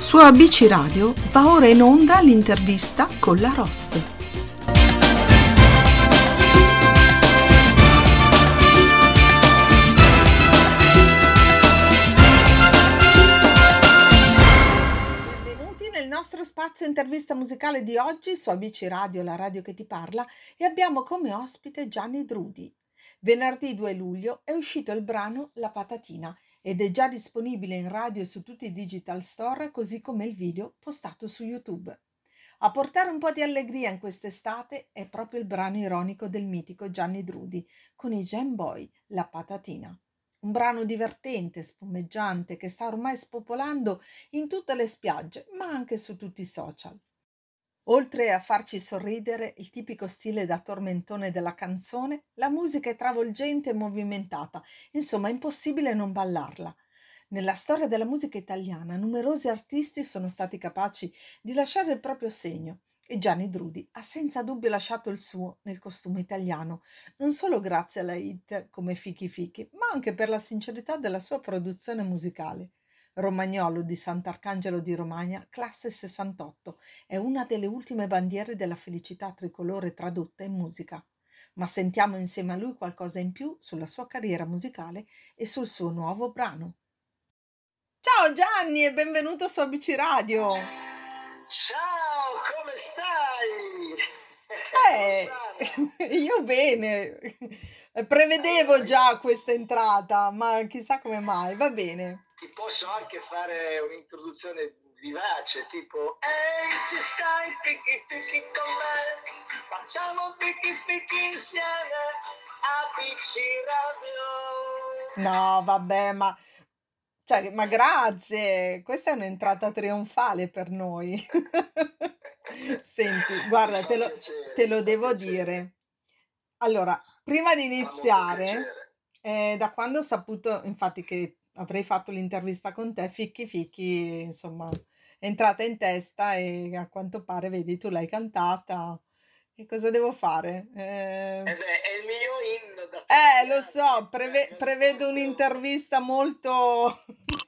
Su ABC Radio va ora in onda l'intervista con la Ross. Benvenuti nel nostro spazio intervista musicale di oggi su ABC Radio, la radio che ti parla, e abbiamo come ospite Gianni Drudi. Venerdì 2 luglio è uscito il brano La Patatina ed è già disponibile in radio e su tutti i digital store, così come il video postato su YouTube. A portare un po' di allegria in quest'estate è proprio il brano ironico del mitico Gianni Drudi con i Jam Boy, La Patatina. Un brano divertente, spumeggiante, che sta ormai spopolando in tutte le spiagge, ma anche su tutti i social. Oltre a farci sorridere il tipico stile da tormentone della canzone, la musica è travolgente e movimentata, insomma è impossibile non ballarla. Nella storia della musica italiana numerosi artisti sono stati capaci di lasciare il proprio segno e Gianni Drudi ha senza dubbio lasciato il suo nel costume italiano, non solo grazie alla hit come Fichi Fichi, ma anche per la sincerità della sua produzione musicale. Romagnolo di Sant'Arcangelo di Romagna, classe 68, è una delle ultime bandiere della felicità tricolore tradotta in musica. Ma sentiamo insieme a lui qualcosa in più sulla sua carriera musicale e sul suo nuovo brano. Ciao Gianni e benvenuto su ABC Radio. Ciao, come stai? Io bene. Prevedevo già questa entrata, ma chissà come mai. Va bene. Ti posso anche fare un'introduzione vivace, tipo ehi, ci stai, picchi picchi con me, facciamo picchi picchi insieme, ABC Radio. No, vabbè, ma grazie, questa è un'entrata trionfale per noi. Senti, guarda, te lo devo dire. Allora, prima di iniziare, da quando ho saputo, infatti, che avrei fatto l'intervista con te, Ficchi Ficchi, insomma, è entrata in testa e a quanto pare, vedi, tu l'hai cantata. E cosa devo fare? Beh, è il mio inno da Lo so, prevedo un'intervista molto,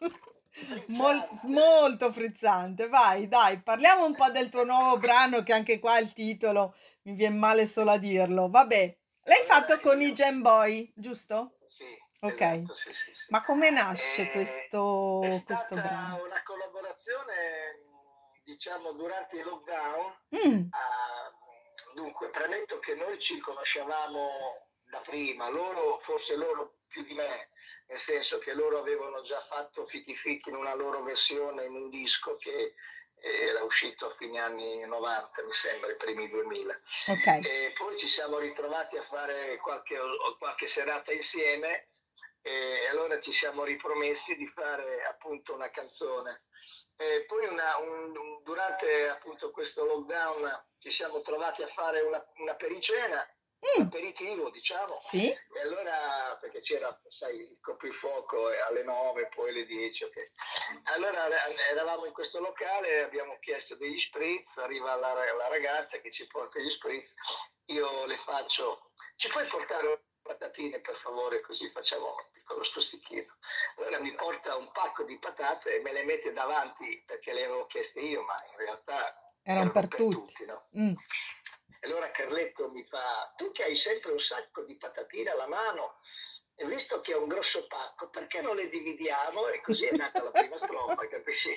molto frizzante. Vai, dai, parliamo un po' del tuo nuovo brano, che anche qua il titolo mi viene male solo a dirlo. Vabbè, l'hai fatto con i Jam Boy, giusto? Sì, Ok. esatto, sì. Ma come nasce È questo stata brano? una collaborazione, diciamo, durante il lockdown. Mm, Dunque, premetto che noi ci conoscevamo da prima, forse loro più di me, nel senso che loro avevano già fatto Fichi Fichi in una loro versione, in un disco che era uscito a fine anni 90, mi sembra, i primi 2000. ok. E poi ci siamo ritrovati a fare qualche serata insieme e allora ci siamo ripromessi di fare appunto una canzone. E poi durante appunto questo lockdown ci siamo trovati a fare una pericena, un aperitivo, diciamo. Sì? E allora, perché c'era, sai, il coprifuoco alle 9, poi alle 10, ok. Allora eravamo in questo locale, abbiamo chiesto degli spritz, arriva la ragazza che ci porta gli spritz, io le faccio, ci puoi portare patatine per favore, così facciamo un piccolo stuzzichino. Allora mi porta un pacco di patate e me le mette davanti perché le avevo chieste io, ma in realtà Erano per per tutti. tutti, no? Mm. E allora Carletto mi fa, tu che hai sempre un sacco di patatine alla mano, e visto che è un grosso pacco, perché non le dividiamo? E così è nata la prima strofa, capisci?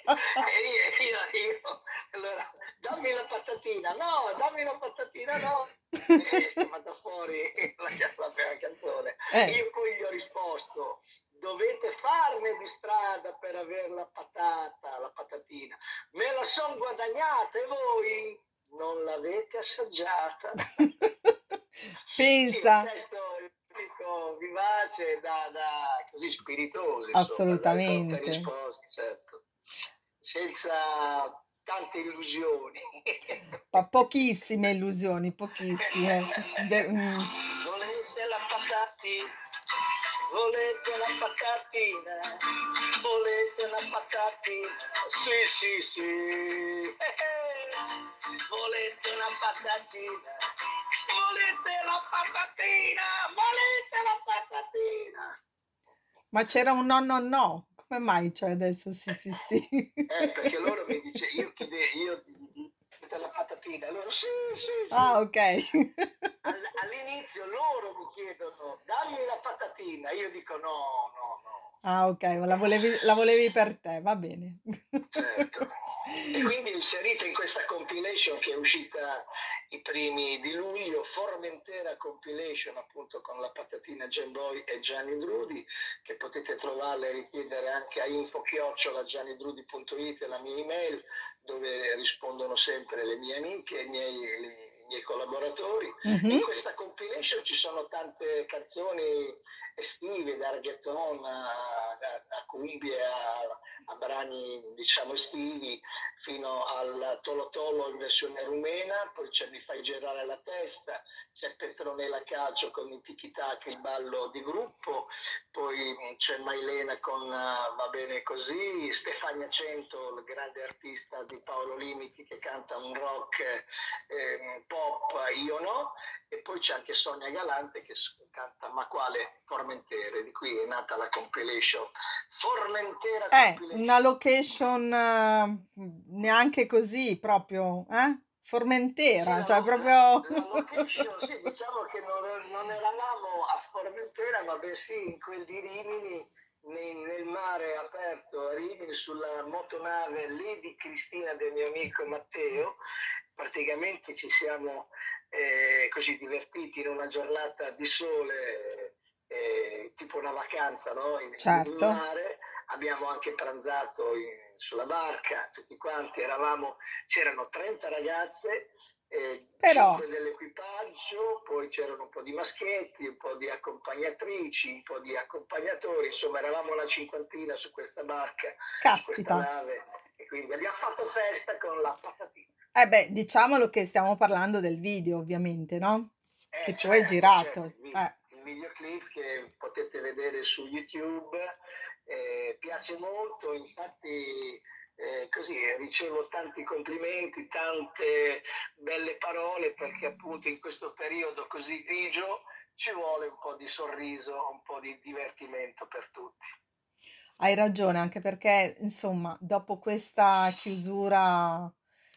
Allora, dammi la patatina, no, dammi la patatina, no. E è scappata fuori la prima canzone. Io poi gli ho risposto, dovete farne di strada per avere la patata, la patatina. Me la son guadagnata e voi non l'avete assaggiata. Pensa. Sì, un testo vivace, così spiritoso, Assolutamente. molte risposte, certo, senza tante illusioni. Pochissime illusioni, pochissime. Volete la patatina? Volete la patatina? Volete la patatina? Sì. Volete la patatina? Volete la patatina? Volete la patatina? Ma c'era un no. Come mai, cioè adesso sì, sì, sì. Perché loro mi dice, io di la patatina, loro sì, sì, Ah, sì. okay. All'inizio loro mi chiedono, dammi la patatina, io dico no, no, no. Ah, okay, la volevi per te, va bene. Certo. E quindi inserito in questa compilation che è uscita i primi di luglio, Formentera Compilation, appunto con la patatina Gemboy e Gianni Drudi, che potete trovarla e richiedere anche a info@giannidrudi.it, la mia email, dove rispondono sempre le mie amiche e i miei collaboratori. E in Mh-mh. questa compilation ci sono tante canzoni estive, da reggaeton a cumbie, a brani diciamo estivi, fino al Tolo Tolo in versione rumena, poi c'è Mi fai girare la testa, c'è Petronella Calcio con il Tiki Taka, il ballo di gruppo, poi c'è Mailena con Va bene così, Stefania Cento, il grande artista di Paolo Limiti che canta un rock pop, io no, e poi c'è anche Sonia Galante che canta Ma quale Formentera, di qui è nata la compilation Formentera Una Compilation. location, neanche così proprio, eh? Sì, Formentera, cioè proprio la location, sì, diciamo che non eravamo a Formentera, ma bensì in quel di Rimini, nel mare aperto a Rimini, sulla motonave Lady Cristina del mio amico Matteo. Praticamente ci siamo così divertiti in una giornata di sole, tipo una vacanza, no? In certo, mare. Abbiamo anche pranzato sulla barca, tutti quanti c'erano 30 ragazze, però 5 dell'equipaggio, poi c'erano un po' di maschietti, un po' di accompagnatrici, un po' di accompagnatori, insomma eravamo una cinquantina su questa barca, su questa caspita. nave, e quindi abbiamo fatto festa con la patatina. Eh beh, diciamolo che stiamo parlando del video ovviamente, no, che tu hai Certo, girato. il videoclip che potete vedere su YouTube piace molto, infatti così ricevo tanti complimenti, tante belle parole, perché appunto in questo periodo così grigio ci vuole un po' di sorriso, un po' di divertimento per tutti. Hai ragione, anche perché, insomma, dopo questa chiusura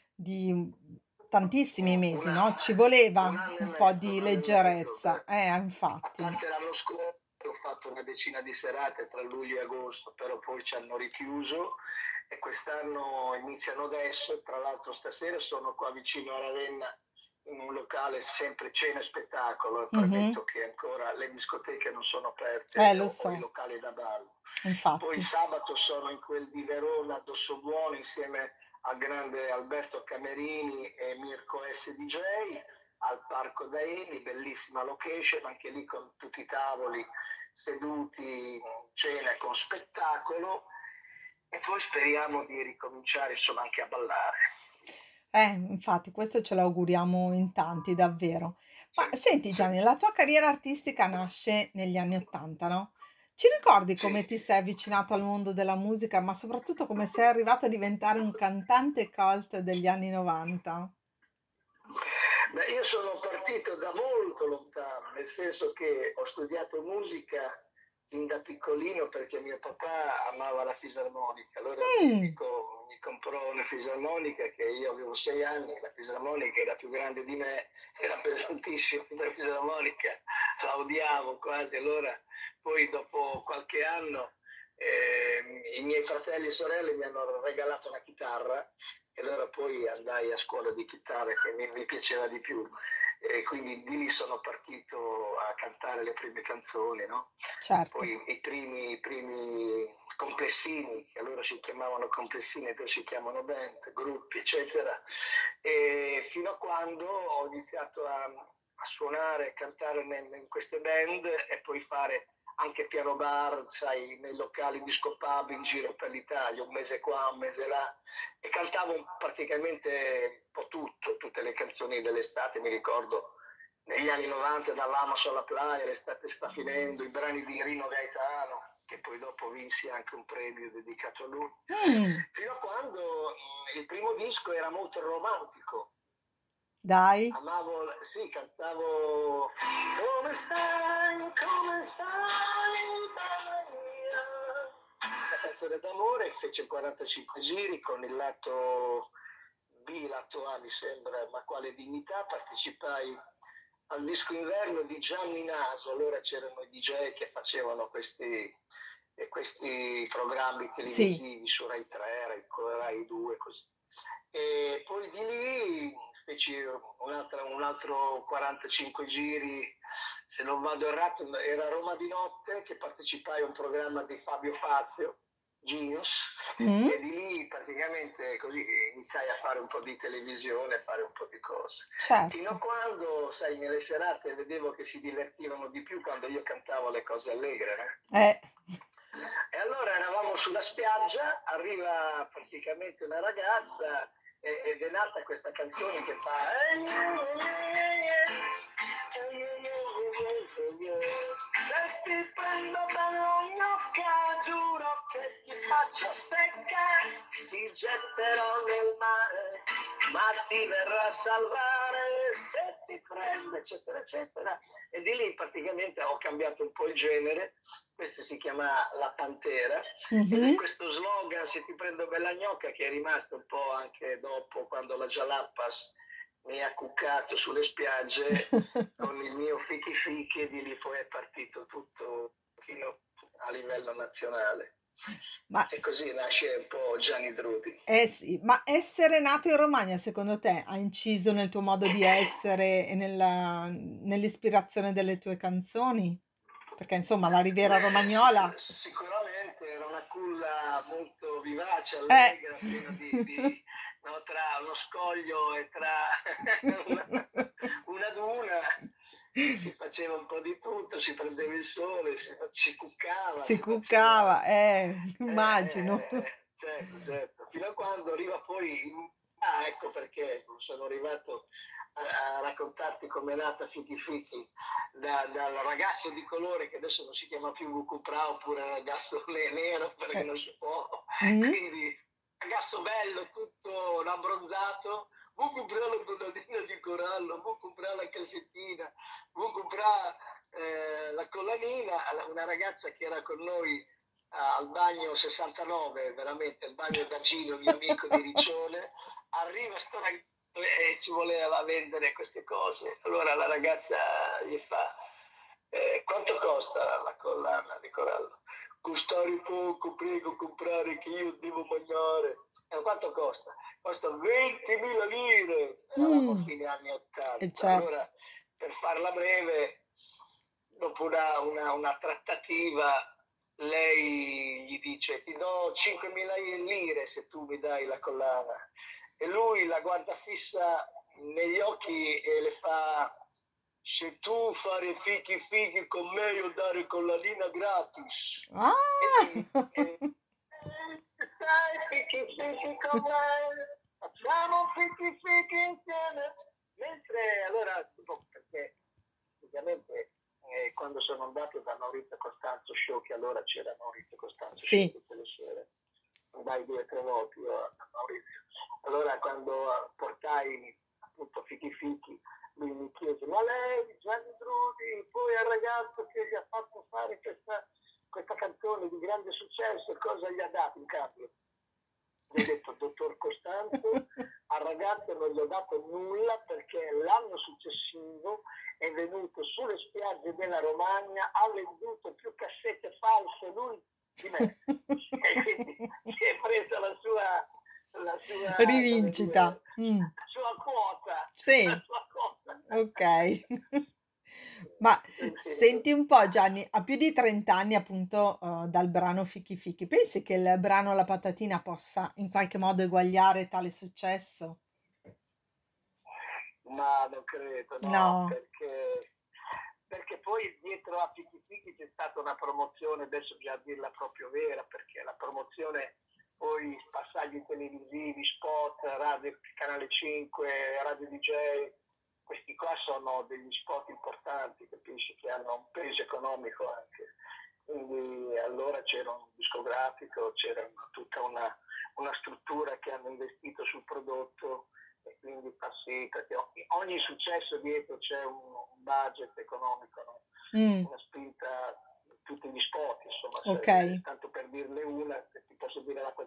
di tantissimi mesi, Una, no? Ci voleva un anno e un po' mezzo, di un anno e mezzo. leggerezza, A infatti. parte l'anno scorso ho fatto una decina di serate tra luglio e agosto, però poi ci hanno richiuso e quest'anno iniziano adesso. Tra l'altro stasera sono qua vicino a Ravenna in un locale sempre cena e spettacolo, e Mhm. premetto che ancora le discoteche non sono aperte Lo o i so, locali da ballo. Poi infatti. sabato sono in quel di Verona, Dossobuono, insieme al grande Alberto Camerini e Mirko S. DJ al Parco da Emi, bellissima location, anche lì con tutti i tavoli seduti, cena con spettacolo, e poi speriamo di ricominciare insomma anche a ballare. Infatti, questo ce l'auguriamo in tanti, davvero. Sì, Ma senti sì, Gianni, la tua carriera artistica nasce negli anni '80, no? Ci ricordi sì. come ti sei avvicinato al mondo della musica, ma soprattutto come sei arrivato a diventare un cantante cult degli anni '90? Beh, io sono partito da molto lontano, nel senso che ho studiato musica fin da piccolino perché mio papà amava la fisarmonica, allora Mm, mi comprò una fisarmonica che io avevo 6 anni, la fisarmonica era più grande di me, era pesantissima la fisarmonica, la odiavo quasi, allora poi dopo qualche anno i miei fratelli e sorelle mi hanno regalato una chitarra e allora poi andai a scuola di chitarra che mi piaceva di più, e quindi di lì sono partito a cantare le prime canzoni, no? certo. Poi i primi complessini, che allora si chiamavano complessini e adesso si chiamano band, gruppi, eccetera, e fino a quando ho iniziato a suonare e cantare in queste band e poi fare anche piano bar, sai, nei locali disco pub in giro per l'Italia, un mese qua, un mese là, e cantavo praticamente un po' tutto, tutte le canzoni dell'estate, mi ricordo negli anni 90 davamo sulla playa, l'estate sta finendo, i brani di Rino Gaetano, che poi dopo vinsi anche un premio dedicato a lui, Mm, fino a quando il primo disco era molto romantico. dai. Amavo, sì, cantavo come stai, bella mia, canzone d'amore, fece 45 giri con il lato B, lato A mi sembra, ma quale dignità, partecipai al disco inverno di Gianni Naso, allora c'erano i DJ che facevano questi programmi Sì. televisivi su Rai 3, Rai 2, così. E poi di lì feci un altro 45 giri, se non vado errato, era Roma di notte, che partecipai a un programma di Fabio Fazio, Genius, Mm, e di lì praticamente così iniziai a fare un po' di televisione, a fare un po' di cose. Fino a certo. quando, sai, nelle serate vedevo che si divertivano di più quando io cantavo le cose allegre, no? Eh. E allora eravamo sulla spiaggia, arriva praticamente una ragazza ed è nata questa canzone che fa se ti prendo dalla gnocca giuro che ti faccio secca, ti getterò nel mare ma ti verrà a salvare se ti prende, eccetera eccetera. E di lì praticamente ho cambiato un po' il genere. Questa si chiama La Pantera ed è Mhm. questo slogan se ti prendo bella gnocca che è rimasto un po' anche dopo quando la Jalapas mi ha cuccato sulle spiagge con il mio fichi fichi e di lì poi è partito tutto un pochino a livello nazionale. Ma, E così nasce un po' Gianni Drudi. eh sì, ma essere nato in Romagna secondo te ha inciso nel tuo modo di essere e nell'ispirazione delle tue canzoni? Perché insomma la Riviera Beh, Romagnola. sicuramente era una culla molto vivace, Eh. allegra, piena no, tra uno scoglio e tra una, una duna si faceva un po' di tutto, si prendeva il sole, si cuccava, Si si faceva... cuccava, immagino. certo, certo. Fino a quando arriva poi... Ah, ecco perché sono arrivato a raccontarti com'è nata Fichi Fichi dal ragazzo di colore che adesso non si chiama più Vucupra oppure ragazzo nero perché Eh, non si può, mh, quindi ragazzo bello, tutto rabbronzato, Vucupra la collanina di corallo, Vucupra la cassettina, Vucupra la collanina, una ragazza che era con noi al bagno 69, veramente, al bagno da Gino, mio amico di Riccione, arriva sto ragazzo e ci voleva vendere queste cose. Allora la ragazza gli fa, quanto costa la collana di corallo? Costare poco, prego comprare che io devo mangiare. Quanto costa? Costa 20.000 lire. Eravamo a mh, fine anni 80. certo. Allora, per farla breve, dopo una trattativa, lei gli dice ti do 5.000 lire se tu mi dai la collana. E lui la guarda fissa negli occhi e le fa se tu fare fichi fichi con me io dare collanina gratis. E Ah! lì sai fichi fichi con me, facciamo fichi fichi insieme. Mentre allora, perché ovviamente quando sono andato da Maurizio Costanzo Show, che allora c'era Maurizio Costanzo Show Sì. tutte le sere, andai 2 o 3 volte io a Maurizio. Allora quando portai appunto Fichi Fichi, lui mi chiese, ma lei, Gianni Drudi, poi al ragazzo che gli ha fatto fare questa canzone di grande successo, cosa gli ha dato in cambio? Gli ho detto, dottor Costanzo, al ragazzo non gli ho dato nulla perché l'anno successivo è venuto sulle spiagge della Romagna, ha venduto più cassette false lui di me. E quindi si è presa come Rivincita. dire, la sua quota, la Sì, sua quota. okay. Ma Sì, sì. senti un po' Gianni, a più di 30 anni appunto, dal brano Fichi Fichi, pensi che il brano La Patatina possa in qualche modo eguagliare tale successo? Ma non credo, no, No. perché poi dietro a Fichi Fichi c'è stata una promozione, adesso bisogna dirla proprio vera, perché la promozione, poi passaggi televisivi, spot, radio, Canale 5, Radio DJ, questi qua sono degli spot importanti, capisci, che hanno un peso economico anche. Quindi allora c'era un discografico, c'era tutta una struttura che hanno investito sul prodotto e quindi fa sì, perché ogni successo dietro c'è un budget economico, no? Mh, Una spinta, tutti gli spot, insomma, okay. tanto per dirne una,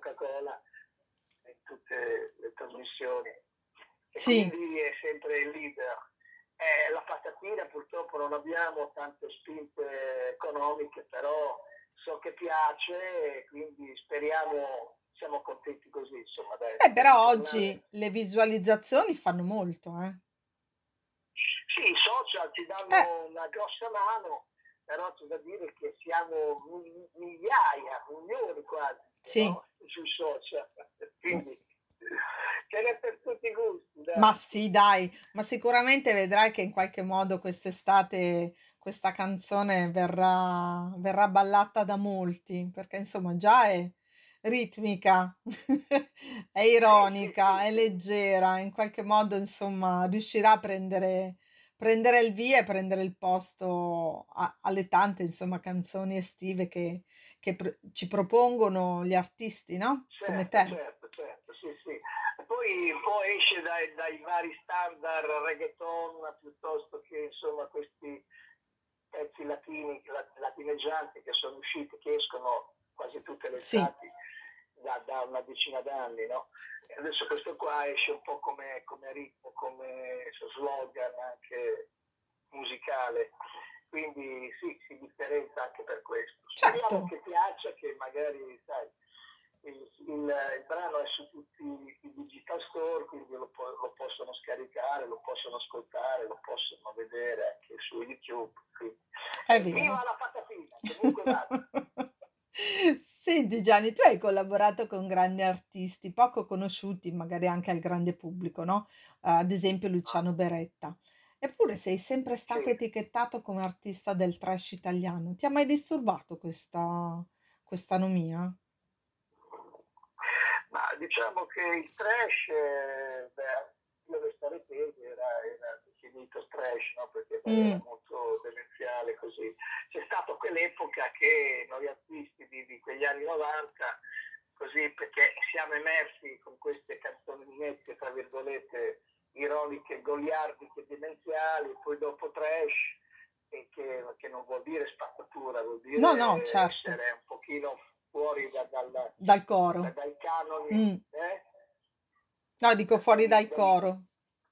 Coca-Cola in tutte le trasmissioni e Sì. quindi è sempre il leader. La patatina purtroppo non abbiamo tante spinte economiche, però so che piace e quindi speriamo, siamo contenti così, insomma, dai, di Però ritornare. oggi le visualizzazioni fanno molto, eh. Sì, i social ci Eh, danno una grossa mano, però c'è da dire che siamo migliaia, milioni quasi, sì. no? Sui social, quindi ce n'è per tutti i gusti, Ma dai. sì dai, ma sicuramente vedrai che in qualche modo quest'estate questa canzone verrà ballata da molti, perché insomma già è ritmica, è Sì, sì, ironica, sì, è sì. leggera, in qualche modo insomma riuscirà a prendere il via e prendere il posto alle tante insomma canzoni estive che ci propongono gli artisti, no, come Certo, te. certo, certo, sì, sì. E poi un po' esce dai vari standard reggaeton piuttosto che insomma questi pezzi latini, latineggianti che sono usciti, che escono quasi tutte le Sì, estati da una decina d'anni, no? E adesso questo qua esce un po' come ritmo, come slogan anche musicale, quindi sì, si differenzia anche per questo. Speriamo certo. che piaccia, che magari, sai, il brano è su tutti i digital store, quindi lo possono scaricare, lo possono ascoltare, lo possono vedere anche su YouTube. Quindi, È viva vero. la patatina, comunque vada. Senti Gianni, tu hai collaborato con grandi artisti, poco conosciuti magari anche al grande pubblico, no, ad esempio Ah, Luciano Beretta. Eppure sei sempre stato sì. etichettato come artista del trash italiano. Ti ha mai disturbato questa nomia? Ma diciamo che il trash, beh, io restare tesi era definito trash, no? Perché beh, era Mh, molto demenziale così. C'è stata quell'epoca che noi artisti di quegli anni 90, così perché siamo emersi con queste canzonette, tra virgolette, ironiche, goliardiche, demenziali, poi dopo trash, e che non vuol dire spazzatura, vuol no, no, dire certo, essere un pochino fuori dal coro. dai canoni, Mh. No, dico da- fuori dai, dal dai, coro.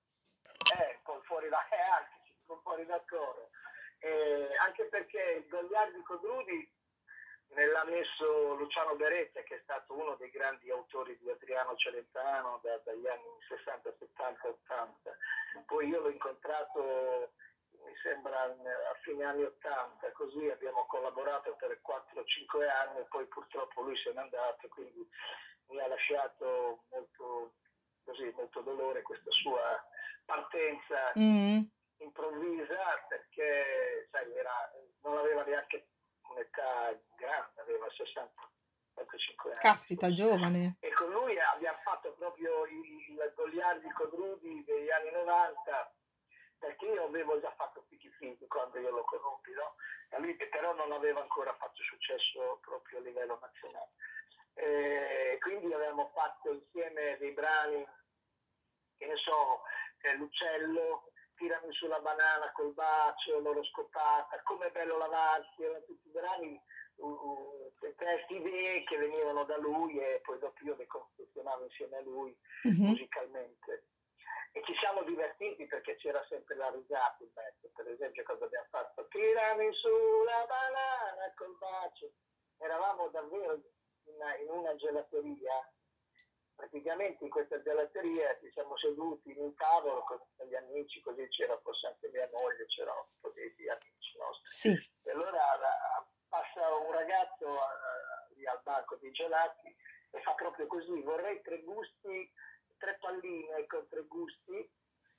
un po' fuori da, anche, un po' fuori dal coro. Anche perché il Goliardico Drudi me l'ha messo Luciano Beretta, che è stato uno dei grandi autori di Adriano Celentano dagli anni 60, 70, 80. Poi io l'ho incontrato, mi sembra, a fine anni 80, così abbiamo collaborato per 4-5 anni e poi purtroppo lui se n'è andato, quindi mi ha lasciato molto, così, molto dolore questa sua partenza Mh. improvvisa perché sai, non aveva neanche un'età grande, aveva 65 anni Caspita, forse. giovane. E con lui abbiamo fatto proprio il Goliardico Drudi degli anni 90, perché io avevo già fatto Fichi Fichi quando io lo conobbi, no? E lui però non aveva ancora fatto successo proprio a livello nazionale. Quindi avevamo fatto insieme dei brani, che ne so, l'uccello, tirami sulla banana col bacio, l'oroscopata, come è bello lavarsi, erano tutti brani, testi idee che venivano da lui e poi dopo io le confezionavo insieme a lui Mh-mh. musicalmente. E ci siamo divertiti perché c'era sempre la risata in mezzo. Per esempio cosa abbiamo fatto? Tirami sulla banana col bacio. Eravamo davvero in una gelateria, praticamente in questa gelateria ci siamo seduti in un tavolo con gli amici, così c'era forse anche mia moglie, c'erano un po' di amici nostri. Sì. E allora passa un ragazzo lì al banco dei gelati e fa proprio così, vorrei tre gusti, tre palline con tre gusti,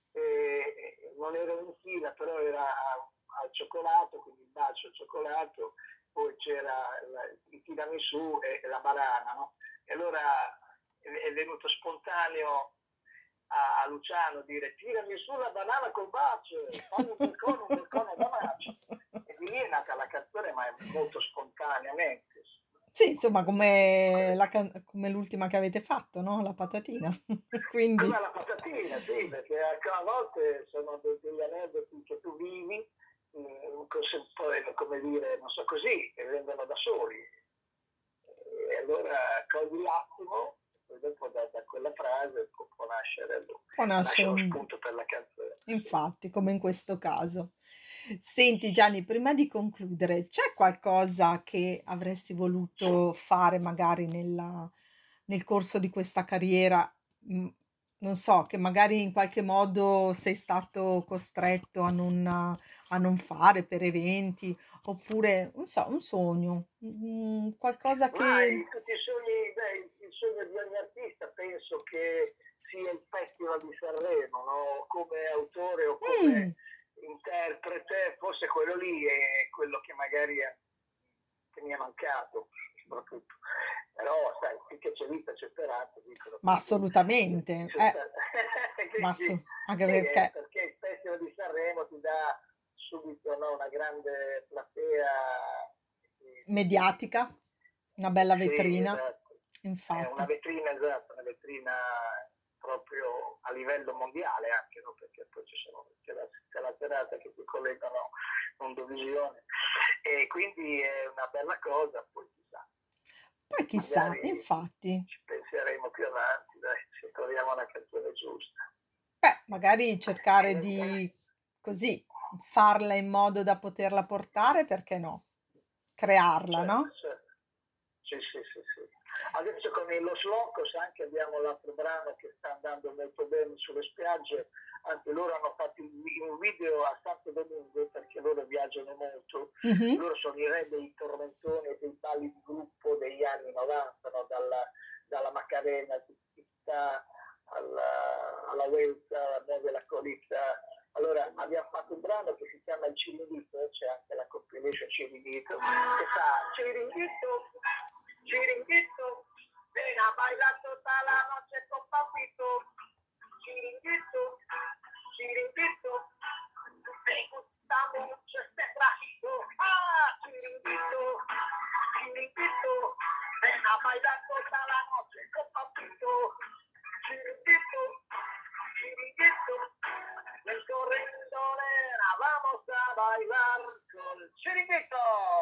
non ero in fila, però era al cioccolato, quindi il bacio al cioccolato, poi c'era il tiramisù e la banana, no? E allora è venuto spontaneo a Luciano dire tirami su la banana col bacio, fammi un bel cono da bacio. E di lì è nata la canzone, ma è molto spontaneamente. Sì, insomma come l'ultima che avete fatto, no, la patatina. Come Quindi la patatina, sì, perché a volte sono degli aneddoti che tu vivi, poi, come dire, non so così, che vengono da soli. E allora raccogli l'attimo, poi dopo da quella frase può Può nasce nascere lo un spunto per la canzone. Sì. infatti, come in questo caso. Senti Gianni, prima di concludere, c'è qualcosa che avresti voluto fare magari nel corso di questa carriera, non so, che magari in qualche modo sei stato costretto a non fare per eventi, oppure, non so, un sogno, qualcosa Ma che tutti i sogni, il sogno di ogni artista penso che sia il Festival di Sanremo, no? Come autore o come mh, interprete, forse quello lì è quello che magari che mi è mancato, soprattutto. Però, sai, finché c'è vita c'è speranza, dicono, ma quindi assolutamente, c'è sta- ma quindi, anche sì, perché perché il Festival di Sanremo ti dà subito, no, una grande platea di, mediatica, una bella sì, vetrina, esatto. È una infatti. vetrina, esatto, una vetrina proprio a livello mondiale anche, no? Perché poi c'è la serata che si collegano Mondovisione e quindi è una bella cosa, poi chissà, Poi chissà, magari infatti, ci penseremo più avanti, dai, se troviamo la canzone giusta. beh, magari cercare Eh, di così farla in modo da poterla portare, perché no? Crearla, Certo, no? certo. Sì, sì, sì, sì. Adesso con i Los Locos anche abbiamo l'altro brano che sta andando molto bene sulle spiagge, anche loro hanno fatto un video a Santo Domingo perché loro viaggiano molto, Mh-mh. loro sono i re dei tormentoni e dei balli di gruppo degli anni 90, no? Dalla Macarena, tutta alla Welta, alla Nuova della Colizza. Allora abbiamo fatto un brano che si chiama Il Ciringhito, c'è anche la compilation Ciringhito, che fa Ciringhito, Ciringhito, ven a bailar toda la noche con papito, Chiringuito, chiringuito, me gusta mucho este trajito. Ah, chiringuito, chiringuito, ven a bailar toda la noche con papito. Chiringuito, chiringuito, nel correndolera vamos a bailar col chiringuito.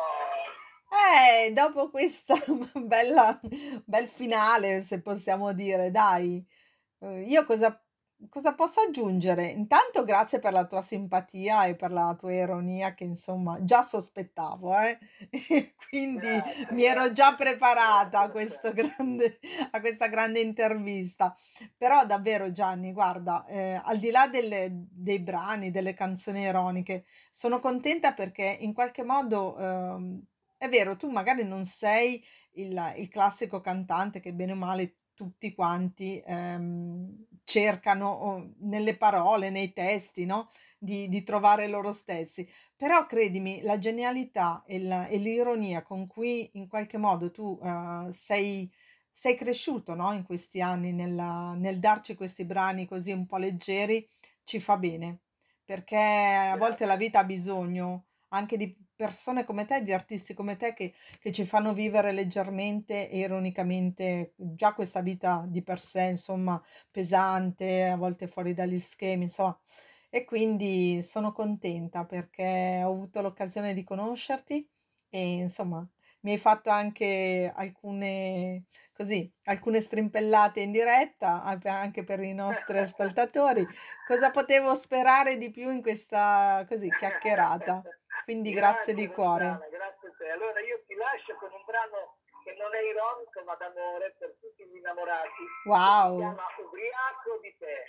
Dopo questa bella bel finale, se possiamo dire, dai. Io cosa posso aggiungere? Intanto grazie per la tua simpatia e per la tua ironia che insomma già sospettavo, e quindi Grazie, mi ero già grazie, preparata grazie a a te. questo grande a questa grande intervista. Però davvero Gianni, guarda, al di là dei brani, delle canzoni ironiche, sono contenta perché in qualche modo, è vero, tu magari non sei il classico cantante che bene o male tutti quanti, cercano o nelle parole, nei testi, no, di trovare loro stessi. Però credimi, la genialità e l'ironia con cui in qualche modo tu, sei cresciuto, no, in questi anni nel darci questi brani così un po' leggeri, ci fa bene, perché a volte la Grazie. vita ha bisogno anche di persone come te, di artisti come te che ci fanno vivere leggermente e ironicamente già questa vita di per sé, insomma, pesante, a volte fuori dagli schemi, insomma. E quindi sono contenta perché ho avuto l'occasione di conoscerti e insomma mi hai fatto anche alcune così, alcune strimpellate in diretta, anche per i nostri ascoltatori. Cosa potevo sperare di più in questa così chiacchierata? Quindi grazie di Grazie cuore. Rossana, grazie a te. Allora io ti lascio con un brano che non è ironico ma d'amore per tutti gli innamorati, che si Wow! chiama Ubriaco di te.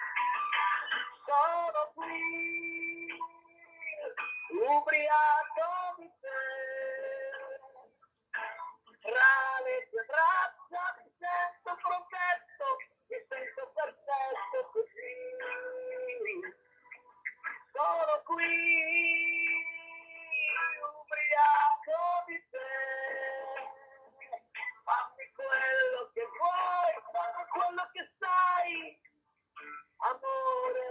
Sono qui, ubriaco di te, tra le tue braccia mi sento protetto, mi sento perfetto così. Sono qui, ubriaco di te. Fammi quello che vuoi, fammi quello che sai, amore,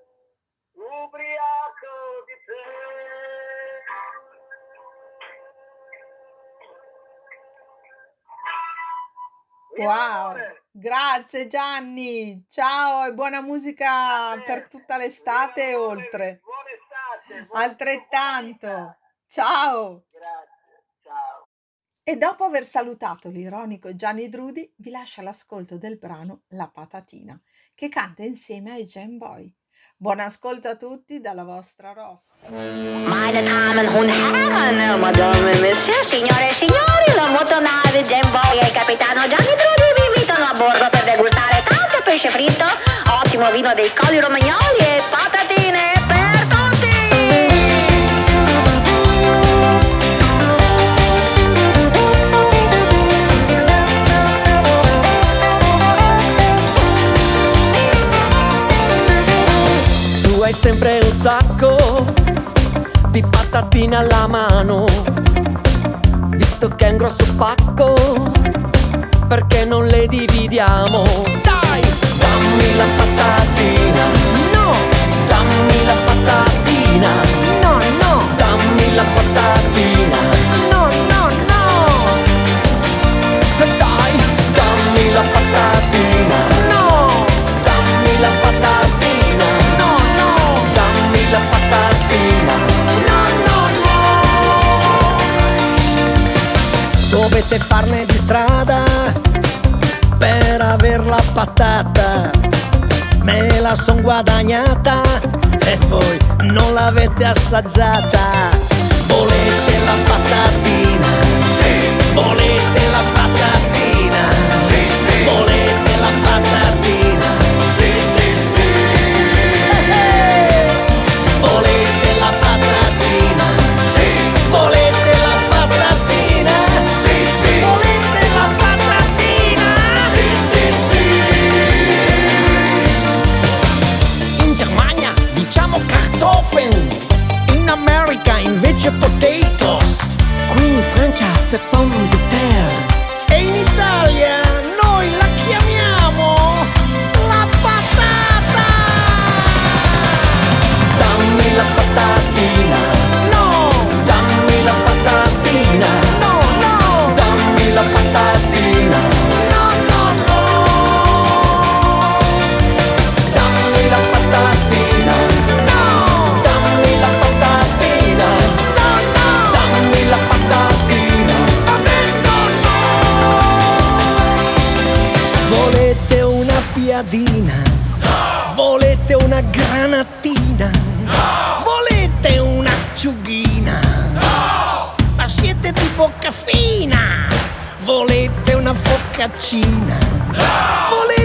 ubriaco di te. Viva Wow! l'amore! Grazie Gianni, ciao e buona A musica te! per tutta Viva l'estate e l'amore! oltre. Buona estate, buona vita! Altrettanto. Ciao. Grazie, ciao! E dopo aver salutato l'ironico Gianni Drudi, vi lascio all'ascolto del brano La Patatina, che canta insieme ai Jam Boy. Buon ascolto a tutti dalla vostra Rossa. Meine Damen und Herren, Madame e Monsieur, signore e signori, la motonave Jam Boy e il capitano Gianni Drudi vi invitano a bordo per degustare tanto pesce fritto, ottimo vino dei Colli Romagnoli e patatine per tutti! Tu hai sempre un sacco di patatine alla mano, visto che è un grosso pacco, perché non le dividiamo? Dai, dammi la patatina, no, dammi la patatina, no, no, dammi la patatina, no, no, no, dai, dammi la patatina, no, dammi la patatina, no, no, dammi la patatina, no, no, no. Dovete farne di strada per aver la patata, me la son guadagnata e voi non l'avete assaggiata. Volete la patatina? Sì. Volete la patatina? Sì, sì. Volete la patatina? Sì, sì, sì. Volete la patatina? Sì. Volete la patatina? Sì, sì. Volete la patatina? Sì, sì, sì. In Germania diciamo Kartoffeln, in America invece potatoes, qui in Francia c'est pomme de terre e in Italia noi la chiamiamo la patata. Dammi la patatina, no, dammi la patatina, no, no, dammi la patatina, no, no, no, dammi la patatina, no, dammi la patatina, no, no, dammi la patatina, adesso no. Volete una piadina? No. Volete una granatina? No. Volete un'acciughina? No. Ma siete di bocca fina? Volete una focaccina? No. Volete